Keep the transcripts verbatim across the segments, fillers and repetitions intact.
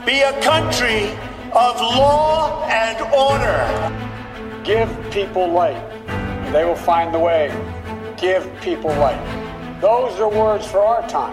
be a country of law and order. Give people light, and they will find the way. Give people light. Those are words for our time.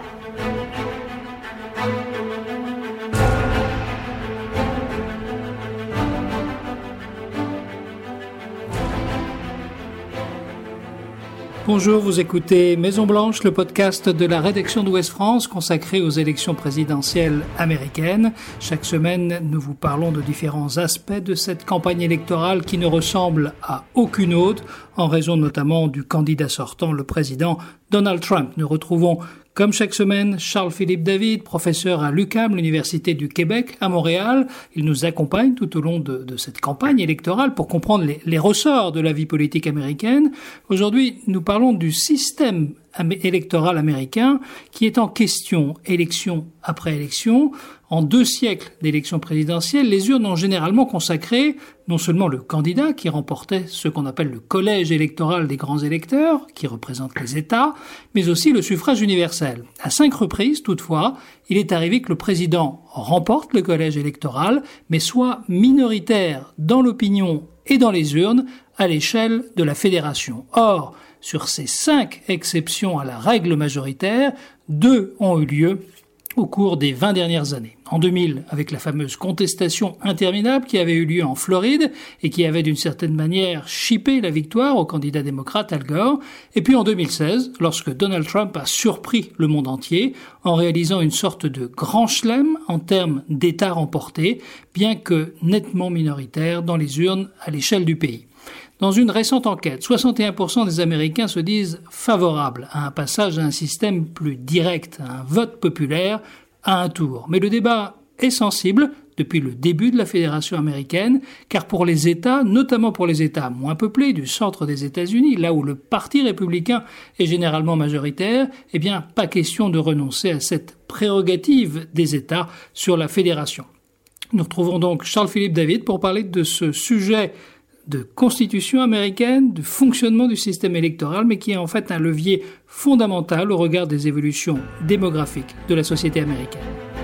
Bonjour, vous écoutez Maison Blanche, le podcast de la rédaction d'Ouest France consacré aux élections présidentielles américaines. Chaque semaine, nous vous parlons de différents aspects de cette campagne électorale qui ne ressemble à aucune autre, en raison notamment du candidat sortant, le président Donald Trump. Nous retrouvons, comme chaque semaine, Charles-Philippe David, professeur à l'U Q A M, l'Université du Québec, à Montréal. Il nous accompagne tout au long de, de cette campagne électorale pour comprendre les, les ressorts de la vie politique américaine. Aujourd'hui, nous parlons du système électoral américain qui est en question, élection après élection. En deux siècles d'élections présidentielles, les urnes ont généralement consacré non seulement le candidat qui remportait ce qu'on appelle le collège électoral des grands électeurs, qui représente les États, mais aussi le suffrage universel. À cinq reprises, toutefois, il est arrivé que le président remporte le collège électoral, mais soit minoritaire dans l'opinion et dans les urnes à l'échelle de la fédération. Or, sur ces cinq exceptions à la règle majoritaire, deux ont eu lieu au cours des vingt dernières années. En deux mille, avec la fameuse contestation interminable qui avait eu lieu en Floride et qui avait d'une certaine manière chippé la victoire au candidat démocrate Al Gore. Et puis en deux mille seize, lorsque Donald Trump a surpris le monde entier en réalisant une sorte de grand chelem en termes d'États remportés, bien que nettement minoritaire dans les urnes à l'échelle du pays. Dans une récente enquête, soixante et un pour cent des Américains se disent favorables à un passage à un système plus direct, à un vote populaire, à un tour. Mais le débat est sensible depuis le début de la Fédération américaine, car pour les États, notamment pour les États moins peuplés du centre des États-Unis, là où le Parti républicain est généralement majoritaire, eh bien, pas question de renoncer à cette prérogative des États sur la Fédération. Nous retrouvons donc Charles-Philippe David pour parler de ce sujet de constitution américaine, de fonctionnement du système électoral, mais qui est en fait un levier fondamental au regard des évolutions démographiques de la société américaine.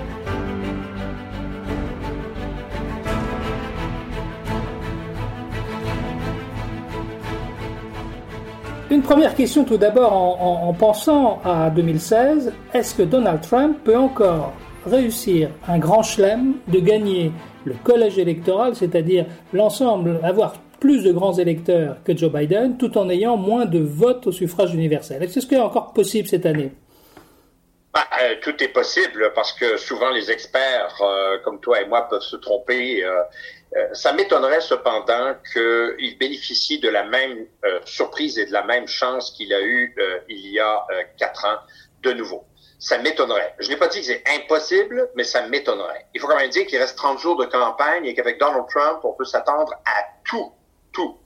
Une première question tout d'abord en, en, en pensant à deux mille seize, est-ce que Donald Trump peut encore réussir un grand chelem de gagner le collège électoral, c'est-à-dire l'ensemble, avoir plus de grands électeurs que Joe Biden, tout en ayant moins de votes au suffrage universel. Est-ce que c'est encore possible cette année? Bah, euh, tout est possible parce que souvent les experts, euh, comme toi et moi, peuvent se tromper. Euh, euh, ça m'étonnerait cependant qu'il bénéficie de la même euh, surprise et de la même chance qu'il a eu euh, il y a euh, quatre ans de nouveau. Ça m'étonnerait. Je n'ai pas dit que c'est impossible, mais ça m'étonnerait. Il faut quand même dire qu'il reste trente jours de campagne et qu'avec Donald Trump, on peut s'attendre à tout, tout.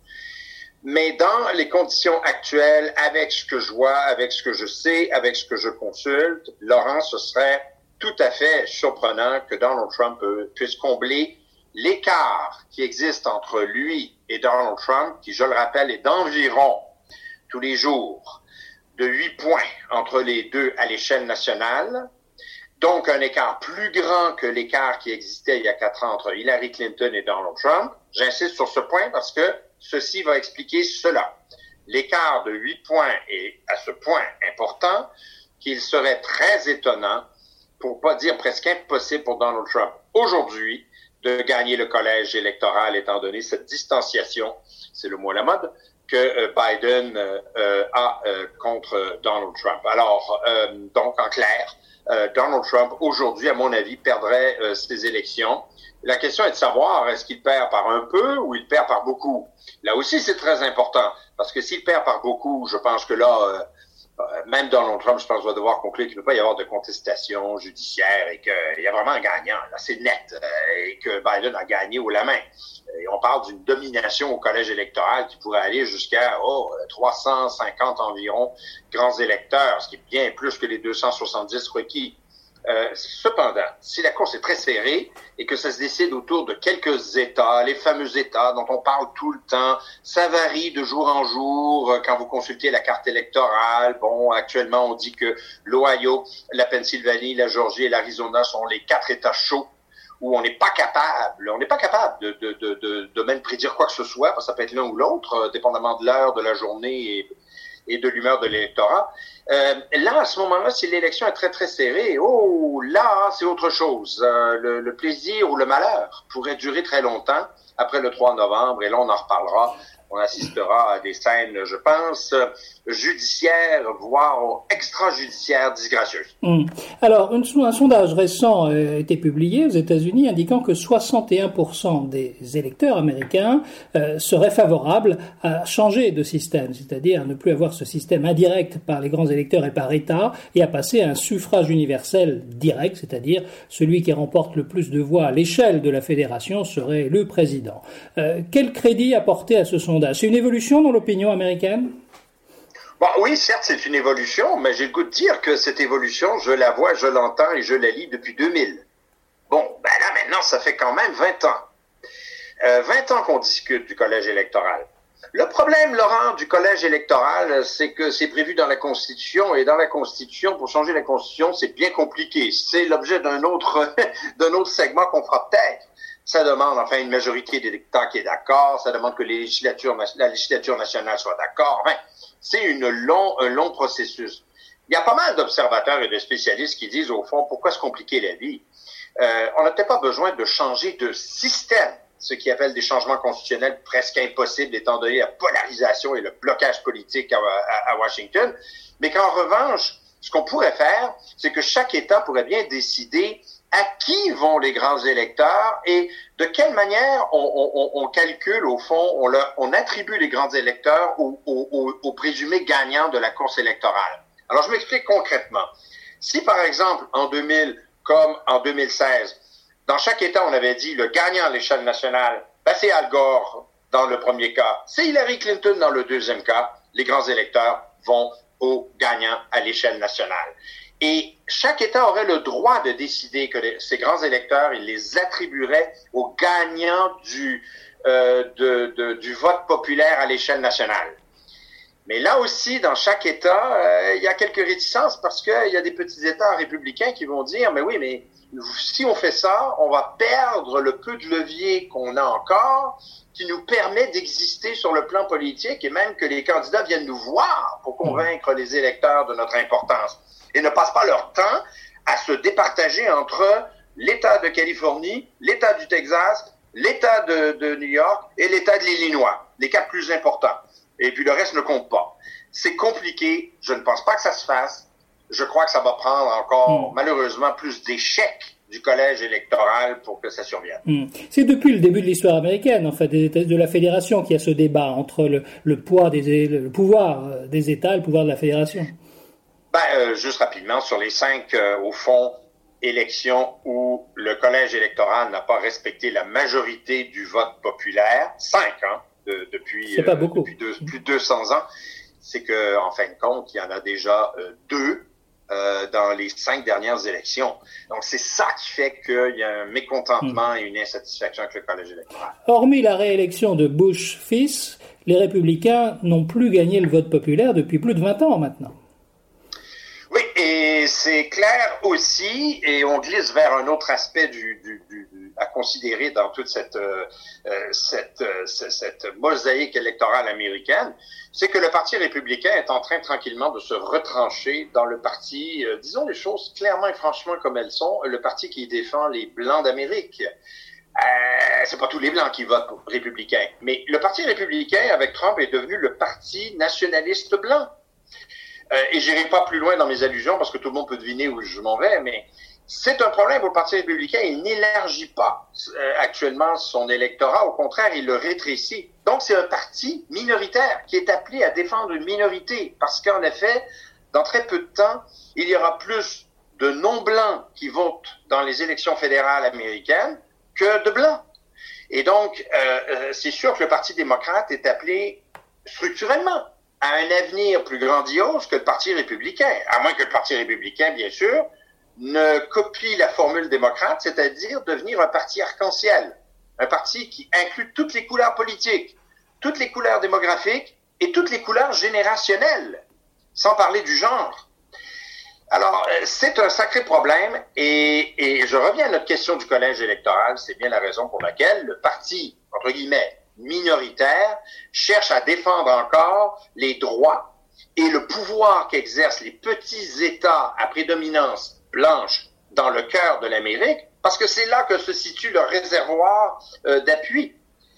Mais dans les conditions actuelles, avec ce que je vois, avec ce que je sais, avec ce que je consulte, Laurent, ce serait tout à fait surprenant que Donald Trump puisse combler l'écart qui existe entre lui et Donald Trump, qui, je le rappelle, est d'environ tous les jours de huit points entre les deux à l'échelle nationale, donc un écart plus grand que l'écart qui existait il y a quatre ans entre Hillary Clinton et Donald Trump. J'insiste sur ce point parce que ceci va expliquer cela. L'écart de huit points est à ce point important qu'il serait très étonnant, pour pas dire presque impossible pour Donald Trump aujourd'hui, de gagner le collège électoral étant donné cette distanciation, c'est le mot à la mode, que euh, Biden euh, a euh, contre Donald Trump. Alors, euh, donc, en clair, euh, Donald Trump, aujourd'hui, à mon avis, perdrait euh, ses élections. La question est de savoir, est-ce qu'il perd par un peu ou il perd par beaucoup? Là aussi, c'est très important, parce que s'il perd par beaucoup, je pense que là, euh, même Donald Trump, je pense, va devoir conclure qu'il ne peut pas y avoir de contestation judiciaire et qu'il y a vraiment un gagnant. Là, c'est net. Euh, et que Biden a gagné haut la main. Et on parle d'une domination au collège électoral qui pourrait aller jusqu'à oh, trois cent cinquante environ grands électeurs, ce qui est bien plus que les deux cent soixante-dix requis. Euh, cependant, si la course est très serrée et que ça se décide autour de quelques États, les fameux États dont on parle tout le temps, ça varie de jour en jour. Quand vous consultez la carte électorale, bon, actuellement on dit que l'Ohio, la Pennsylvanie, la Georgie et l'Arizona sont les quatre États chauds où on n'est pas capable, on n'est pas capable de, de, de, de, de même prédire quoi que ce soit, parce que ça peut être l'un ou l'autre, euh, dépendamment de l'heure, de la journée et, et de l'humeur de l'électorat. Euh, là, à ce moment-là, si l'élection est très, très serrée, oh, là, c'est autre chose. Euh, le, le plaisir ou le malheur pourrait durer très longtemps après le trois novembre, et là, on en reparlera. On assistera à des scènes, je pense, judiciaires, voire extrajudiciaires disgracieuses. Mmh. Alors, un, un sondage récent a été publié aux États-Unis indiquant que soixante et un pour cent des électeurs américains euh, seraient favorables à changer de système, c'est-à-dire à ne plus avoir ce système indirect par les grands électeurs et par État, et à passer à un suffrage universel direct, c'est-à-dire celui qui remporte le plus de voix à l'échelle de la fédération serait le président. Euh, quel crédit apporter à ce sondage? C'est une évolution dans l'opinion américaine? Bon, oui, certes, c'est une évolution, mais j'ai le goût de dire que cette évolution, je la vois, je l'entends et je la lis depuis deux mille. Bon, ben là, maintenant, ça fait quand même vingt ans. Euh, vingt ans qu'on discute du collège électoral. Le problème, Laurent, du collège électoral, c'est que c'est prévu dans la Constitution, et dans la Constitution, pour changer la Constitution, c'est bien compliqué. C'est l'objet d'un autre, d'un autre segment qu'on fera peut-être. Ça demande enfin une majorité d'électeurs qui est d'accord, ça demande que les législatures, la législature nationale soit d'accord. Enfin, c'est une long, un long processus. Il y a pas mal d'observateurs et de spécialistes qui disent, au fond, pourquoi se compliquer la vie? Euh, on n'a peut-être pas besoin de changer de système, ce qui appelle des changements constitutionnels presque impossibles étant donné la polarisation et le blocage politique à, à, à Washington. Mais qu'en revanche, ce qu'on pourrait faire, c'est que chaque État pourrait bien décider à qui vont les grands électeurs et de quelle manière on, on, on calcule, au fond, on, leur, on attribue les grands électeurs aux, aux, aux présumés gagnants de la course électorale. Alors, je m'explique concrètement. Si, par exemple, en deux mille, comme en deux mille seize, dans chaque État, on avait dit le gagnant à l'échelle nationale, ben c'est Al Gore dans le premier cas, c'est Hillary Clinton dans le deuxième cas, les grands électeurs vont aux gagnants à l'échelle nationale. Et chaque État aurait le droit de décider que les, ces grands électeurs, il les attribuerait aux gagnants du, euh, de, de, du vote populaire à l'échelle nationale. Mais là aussi, dans chaque État, euh, il y a quelques réticences parce qu'il y a des petits États républicains qui vont dire, mais oui, mais si on fait ça, on va perdre le peu de levier qu'on a encore, qui nous permet d'exister sur le plan politique et même que les candidats viennent nous voir pour convaincre les électeurs de notre importance. Et ne passent pas leur temps à se départager entre l'État de Californie, l'État du Texas, l'État de, de New York et l'État de l'Illinois, les quatre plus importants. Et puis le reste ne compte pas. C'est compliqué, je ne pense pas que ça se fasse. Je crois que ça va prendre encore, mmh. malheureusement, plus d'échecs du collège électoral pour que ça survienne. Mmh. C'est depuis le début de l'histoire américaine, en fait, de la fédération, qu'il y a ce débat entre le, le poids des, le pouvoir des États et le pouvoir de la fédération. Ben, euh, juste rapidement, sur les cinq, euh, au fond, élections où le collège électoral n'a pas respecté la majorité du vote populaire, cinq, hein, de, depuis, c'est pas euh, beaucoup. depuis deux, plus de deux cents ans, c'est que, en fin de compte, il y en a déjà euh, deux euh, dans les cinq dernières élections. Donc, c'est ça qui fait qu'il y a un mécontentement mmh. et une insatisfaction avec le collège électoral. Hormis la réélection de Bush fils, les républicains n'ont plus gagné le vote populaire depuis plus de vingt ans maintenant. Oui, et c'est clair aussi, et on glisse vers un autre aspect du, du, du, du à considérer dans toute cette euh, cette, euh, cette mosaïque électorale américaine, c'est que le Parti républicain est en train tranquillement de se retrancher dans le parti, euh, disons les choses clairement et franchement comme elles sont, le parti qui défend les Blancs d'Amérique. Euh, c'est pas tous les Blancs qui votent pour républicain, mais le Parti républicain avec Trump est devenu le parti nationaliste blanc. Euh, et j'irai pas plus loin dans mes allusions parce que tout le monde peut deviner où je m'en vais, mais c'est un problème pour le Parti républicain. Il n'élargit pas euh, actuellement son électorat. Au contraire, il le rétrécit. Donc, c'est un parti minoritaire qui est appelé à défendre une minorité parce qu'en effet, dans très peu de temps, il y aura plus de non-blancs qui votent dans les élections fédérales américaines que de blancs. Et donc, euh, euh, c'est sûr que le Parti démocrate est appelé structurellement à un avenir plus grandiose que le Parti républicain, à moins que le Parti républicain, bien sûr, ne copie la formule démocrate, c'est-à-dire devenir un parti arc-en-ciel, un parti qui inclut toutes les couleurs politiques, toutes les couleurs démographiques et toutes les couleurs générationnelles, sans parler du genre. Alors, c'est un sacré problème et, et je reviens à notre question du collège électoral. C'est bien la raison pour laquelle le parti, entre guillemets, minoritaire, cherche à défendre encore les droits et le pouvoir qu'exercent les petits États à prédominance blanche dans le cœur de l'Amérique, parce que c'est là que se situe leur réservoir euh, d'appui.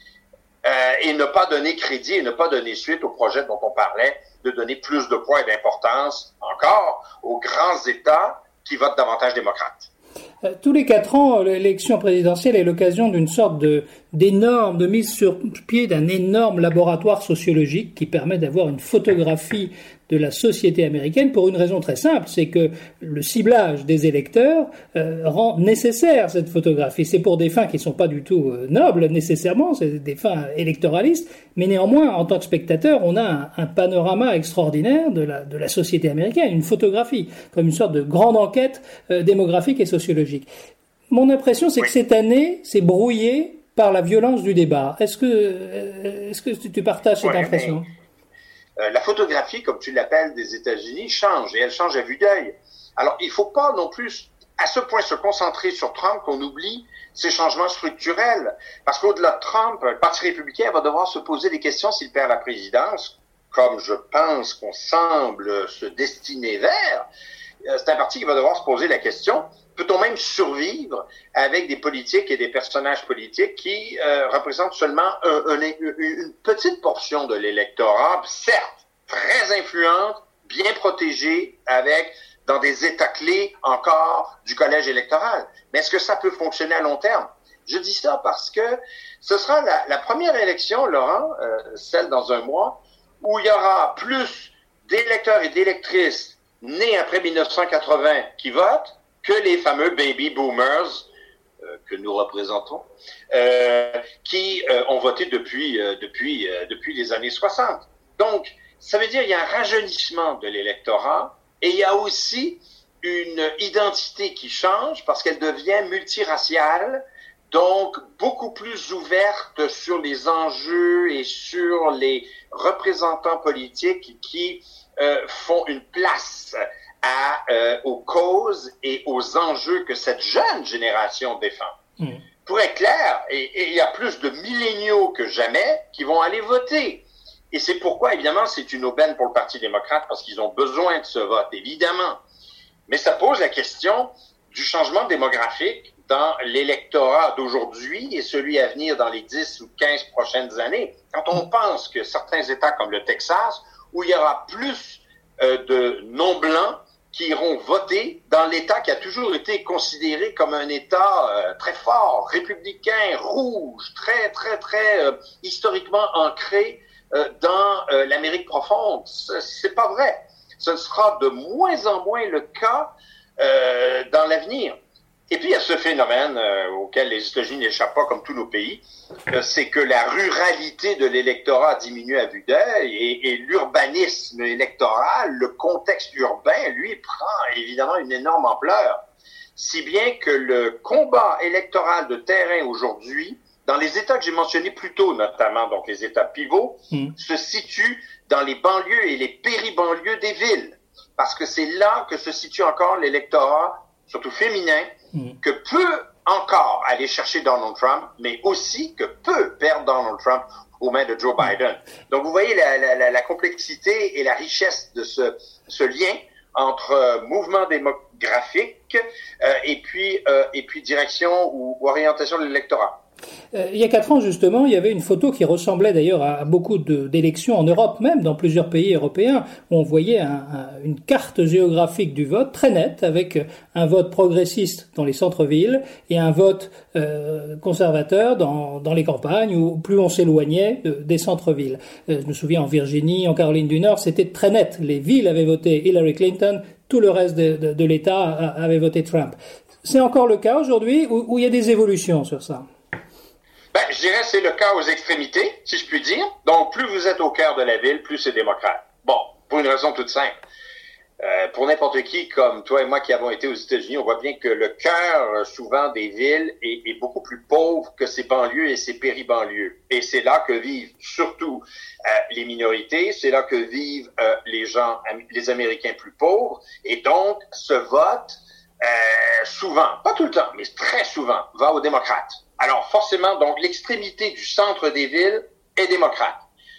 Euh, et ne pas donner crédit et ne pas donner suite au projet dont on parlait, de donner plus de poids et d'importance encore aux grands États qui votent davantage démocrates. Tous les quatre ans, l'élection présidentielle est l'occasion d'une sorte de, d'énorme, de mise sur pied d'un énorme laboratoire sociologique qui permet d'avoir une photographie de la société américaine pour une raison très simple, c'est que le ciblage des électeurs euh, rend nécessaire cette photographie. C'est pour des fins qui ne sont pas du tout euh, nobles nécessairement, c'est des fins électoralistes, mais néanmoins, en tant que spectateur, on a un, un panorama extraordinaire de la, de la société américaine, une photographie, comme une sorte de grande enquête euh, démographique et sociologique. Mon impression, c'est que cette année, c'est brouillé par la violence du débat. Est-ce que, euh, est-ce que tu partages cette ouais, impression? mais... La photographie, comme tu l'appelles, des États-Unis change, et elle change à vue d'œil. Alors, il ne faut pas non plus à ce point se concentrer sur Trump qu'on oublie ces changements structurels. Parce qu'au-delà de Trump, le Parti républicain va devoir se poser des questions s'il perd la présidence, comme je pense qu'on semble se destiner vers. C'est un parti qui va devoir se poser la question, peut-on même survivre avec des politiques et des personnages politiques qui euh, représentent seulement un, un, une petite portion de l'électorat, certes très influente, bien protégée, avec dans des états clés encore du collège électoral. Mais est-ce que ça peut fonctionner à long terme? Je dis ça parce que ce sera la, la première élection, Laurent, euh, celle dans un mois, où il y aura plus d'électeurs et d'électrices nés après mille neuf cent quatre-vingts qui votent que les fameux baby boomers euh, que nous représentons, euh, qui euh, ont voté depuis euh, depuis euh, depuis les années soixante. Donc, ça veut dire qu'il y a un rajeunissement de l'électorat et il y a aussi une identité qui change parce qu'elle devient multiraciale, donc beaucoup plus ouverte sur les enjeux et sur les représentants politiques qui euh, font une place à, euh, aux causes et aux enjeux que cette jeune génération défend. Mmh. Pour être clair, et il y a plus de milléniaux que jamais qui vont aller voter. Et c'est pourquoi, évidemment, c'est une aubaine pour le Parti démocrate parce qu'ils ont besoin de ce vote, évidemment. Mais ça pose la question du changement démographique dans l'électorat d'aujourd'hui et celui à venir dans les dix ou quinze prochaines années. Quand on pense que certains États comme le Texas, où il y aura plus euh, de non-blancs qui iront voter dans l'État qui a toujours été considéré comme un État euh, très fort, républicain, rouge, très, très, très euh, historiquement ancré euh, dans euh, l'Amérique profonde. C'est pas vrai. Ce sera de moins en moins le cas euh, dans l'avenir. Et puis, il y a ce phénomène euh, auquel les États-Unis n'échappent pas comme tous nos pays, euh, c'est que la ruralité de l'électorat diminue à vue d'œil et, et l'urbanisme électoral, le contexte urbain, lui, prend évidemment une énorme ampleur. Si bien que le combat électoral de terrain aujourd'hui, dans les États que j'ai mentionnés plus tôt, notamment donc les États pivots, mmh. se situe dans les banlieues et les péribanlieues des villes. Parce que c'est là que se situe encore l'électorat, surtout féminin, mmh. que peut encore aller chercher Donald Trump, mais aussi que peut perdre Donald Trump aux mains de Joe Biden. Donc, vous voyez la, la, la complexité et la richesse de ce, ce lien entre euh, mouvement démographique euh, et, puis, euh, et puis direction ou, ou orientation de l'électorat. Euh, il y a quatre ans, justement, il y avait une photo qui ressemblait d'ailleurs à, à beaucoup de, d'élections en Europe, même dans plusieurs pays européens, où on voyait un, un, une carte géographique du vote très nette, avec un vote progressiste dans les centres-villes et un vote euh, conservateur dans, dans les campagnes, où plus on s'éloignait de, des centres-villes. Euh, je me souviens en Virginie, en Caroline du Nord, c'était très net. Les villes avaient voté Hillary Clinton, tout le reste de, de, de l'État avait voté Trump. C'est encore le cas aujourd'hui, où, où il y a des évolutions sur ça? Ben, je dirais que c'est le cas aux extrémités, si je puis dire. Donc, plus vous êtes au cœur de la ville, plus c'est démocrate. Bon, pour une raison toute simple. Euh, pour n'importe qui, comme toi et moi qui avons été aux États-Unis, on voit bien que le cœur, souvent, des villes est, est beaucoup plus pauvre que ses banlieues et ses péri-banlieues. Et c'est là que vivent surtout euh, les minorités, c'est là que vivent euh, les gens, les Américains plus pauvres. Et donc, ce vote, euh, souvent, pas tout le temps, mais très souvent, va aux démocrates. Alors, forcément, donc, l'extrémité du centre des villes est démocrate.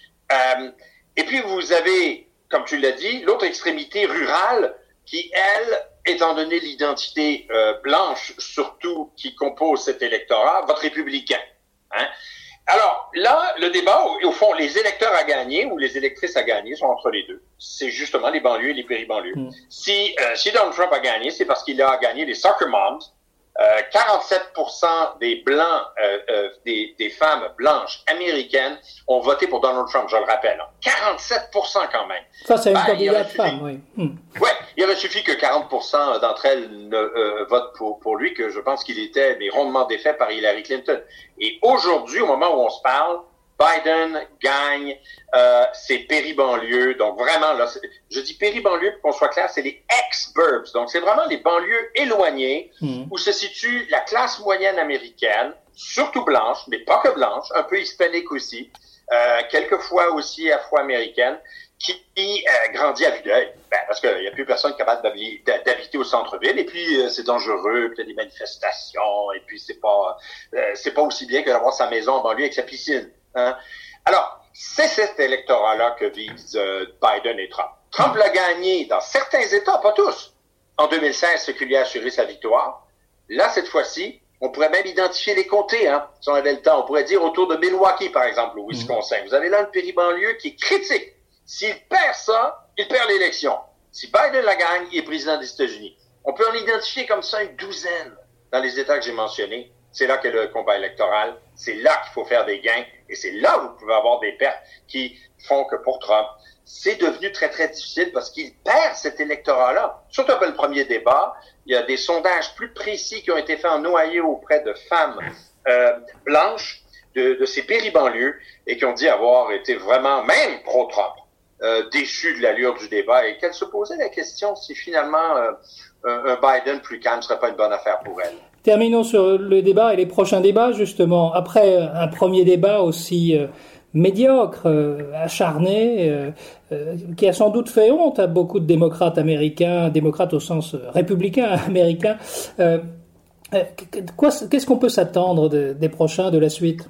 Euh, et puis, vous avez, comme tu l'as dit, l'autre extrémité rurale qui, elle, étant donné l'identité euh, blanche, surtout, qui compose cet électorat, vote républicain. Hein? Alors, là, le débat, au, au fond, les électeurs à gagner ou les électrices à gagner sont entre les deux. C'est justement les banlieues et les péri-banlieues. Mm. Si, euh, si Donald Trump a gagné, c'est parce qu'il a gagné les soccer moms. Euh, quarante-sept pour cent des blancs, euh, euh, des, des femmes blanches américaines ont voté pour Donald Trump, je le rappelle. quarante-sept pour cent quand même. Ça, c'est une ben, candidate femme, oui. Hmm. Oui, il aurait suffi que quarante pour cent d'entre elles ne, euh, votent pour, pour lui, que je pense qu'il était mais rondement défait par Hillary Clinton. Et aujourd'hui, au moment où on se parle, Biden gagne euh, ses péri-banlieues. Donc vraiment, là, je dis péri-banlieues pour qu'on soit clair, c'est les ex-burbs. Donc c'est vraiment les banlieues éloignées mmh. où se situe la classe moyenne américaine, surtout blanche, mais pas que blanche, un peu hispanique aussi, euh, quelquefois aussi afro-américaine, qui euh, grandit à vue d'œil. Ben, parce qu'il n'y a plus personne capable d'habiter au centre-ville, et puis euh, c'est dangereux, puis il y a des manifestations, et puis c'est pas euh, c'est pas aussi bien que d'avoir sa maison en banlieue avec sa piscine. Hein? Alors, c'est cet électorat-là que visent euh, Biden et Trump. Trump l'a gagné dans certains États, pas tous. En deux mille seize, ce qui lui a assuré sa victoire. Là, cette fois-ci, on pourrait même identifier les comtés, hein, si on avait le temps. On pourrait dire autour de Milwaukee, par exemple, au Wisconsin. Vous avez là une péri-banlieue qui est critique. S'il perd ça, il perd l'élection. Si Biden la gagne, il est président des États-Unis. On peut en identifier comme ça une douzaine dans les États que j'ai mentionnés. C'est là qu'est le combat électoral. C'est là qu'il faut faire des gains. Et c'est là où vous pouvez avoir des pertes qui font que pour Trump, c'est devenu très, très difficile parce qu'il perd cet électorat-là. Surtout après le premier débat, il y a des sondages plus précis qui ont été faits en Ohio auprès de femmes euh, blanches de, de ces péri-banlieues et qui ont dit avoir été vraiment, même pro-Trump, euh, déçus de l'allure du débat et qu'elles se posaient la question si finalement euh, un, un Biden plus calme ne serait pas une bonne affaire pour elle. Terminons sur le débat et les prochains débats, justement. Après un premier débat aussi euh, médiocre, euh, acharné, euh, euh, qui a sans doute fait honte à beaucoup de démocrates américains, démocrates au sens républicain américain, euh, euh, quoi, qu'est-ce qu'on peut s'attendre de, des prochains, de la suite?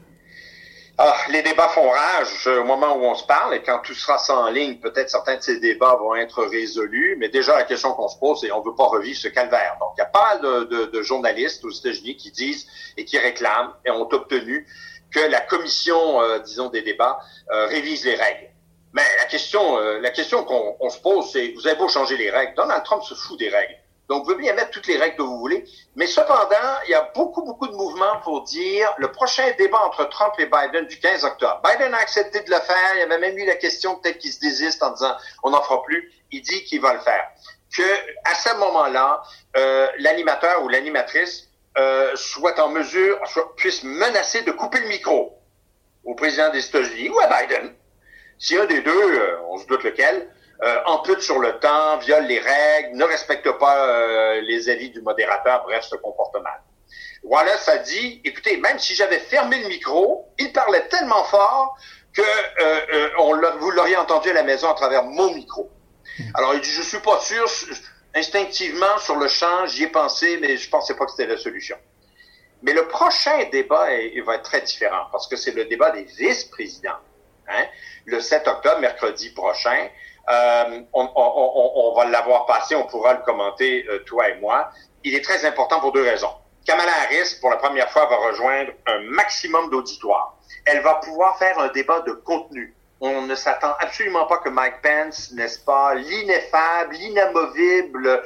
Ah, les débats font rage au moment où on se parle et quand tout sera ça en ligne, peut-être certains de ces débats vont être résolus, mais déjà la question qu'on se pose, c'est on veut pas revivre ce calvaire. Donc, il y a pas mal de, de, de journalistes aux États-Unis qui disent et qui réclament et ont obtenu que la commission, euh, disons, des débats euh, révise les règles. Mais la question, euh, la question qu'on on se pose, c'est vous avez beau changer les règles, Donald Trump se fout des règles. Donc, vous pouvez bien mettre toutes les règles que vous voulez. Mais cependant, il y a beaucoup, beaucoup de mouvements pour dire le prochain débat entre Trump et Biden du quinze octobre. Biden a accepté de le faire. Il y avait même eu la question peut-être qu'il se désiste en disant on n'en fera plus. Il dit qu'il va le faire. Que à ce moment-là, euh, l'animateur ou l'animatrice euh, soit en mesure, soit, puisse menacer de couper le micro au président des États-Unis ou à Biden. Si un des deux, euh, on se doute lequel, Euh, ampute sur le temps, viole les règles, ne respecte pas euh, les avis du modérateur, bref, se comporte mal. Voilà, ça dit, écoutez, même si j'avais fermé le micro, il parlait tellement fort que euh, euh, on l'a, vous l'auriez entendu à la maison à travers mon micro. Alors, il dit, je suis pas sûr, instinctivement, sur le champ, j'y ai pensé, mais je pensais pas que c'était la solution. Mais le prochain débat est, il va être très différent, parce que c'est le débat des vice-présidents. Hein? Le sept octobre, mercredi prochain, Euh, on, on, on, on va l'avoir passé, on pourra le commenter, euh, toi et moi. Il est très important pour deux raisons. Kamala Harris, pour la première fois, va rejoindre un maximum d'auditoire. Elle va pouvoir faire un débat de contenu. On ne s'attend absolument pas que Mike Pence, n'est-ce pas, l'ineffable, l'inamovible,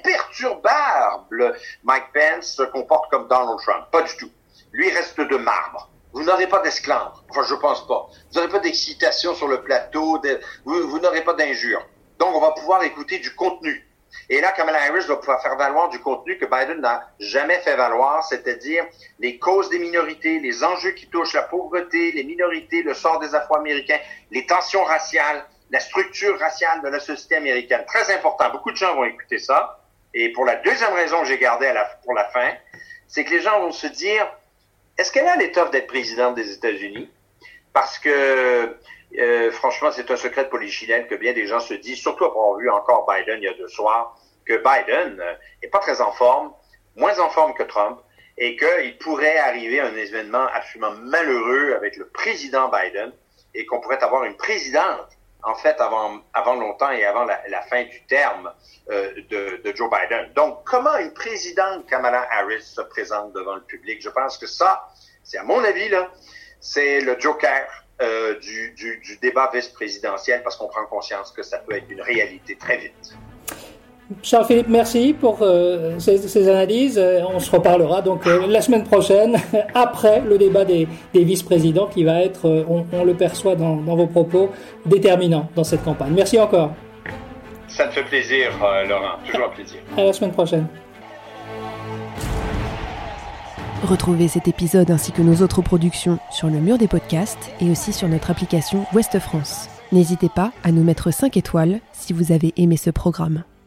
l'imperturbable Mike Pence se comporte comme Donald Trump. Pas du tout. Lui reste de marbre. Vous n'aurez pas d'esclandre. Enfin, je pense pas. Vous n'aurez pas d'excitation sur le plateau. De, vous, vous n'aurez pas d'injures. Donc, on va pouvoir écouter du contenu. Et là, Kamala Harris va pouvoir faire valoir du contenu que Biden n'a jamais fait valoir, c'est-à-dire les causes des minorités, les enjeux qui touchent la pauvreté, les minorités, le sort des Afro-Américains, les tensions raciales. la structure raciale de la société américaine. Très important. Beaucoup de gens vont écouter ça. Et pour la deuxième raison que j'ai gardée à la, pour la fin, c'est que les gens vont se dire, est-ce qu'elle a l'étoffe d'être présidente des États-Unis? Parce que, euh, franchement, c'est un secret de polichinelle que bien des gens se disent, surtout après avoir vu encore Biden il y a deux soirs, que Biden euh, est pas très en forme, moins en forme que Trump, et qu'il pourrait arriver un événement absolument malheureux avec le président Biden, et qu'on pourrait avoir une présidente, en fait, avant, avant longtemps et avant la, la fin du terme euh, de, de Joe Biden. Donc, comment une présidente Kamala Harris se présente devant le public? Je pense que ça, c'est à mon avis, là, c'est le joker euh, du, du, du débat vice-présidentiel, parce qu'on prend conscience que ça peut être une réalité très vite. Charles-Philippe, merci pour euh, ces, ces analyses. Euh, on se reparlera donc euh, la semaine prochaine, après le débat des, des vice-présidents qui va être, euh, on, on le perçoit dans, dans vos propos, déterminant dans cette campagne. Merci encore. Ça me fait plaisir, euh, Laurent. Toujours un plaisir. À la semaine prochaine. Retrouvez cet épisode ainsi que nos autres productions sur le mur des podcasts et aussi sur notre application Ouest France. N'hésitez pas à nous mettre cinq étoiles si vous avez aimé ce programme.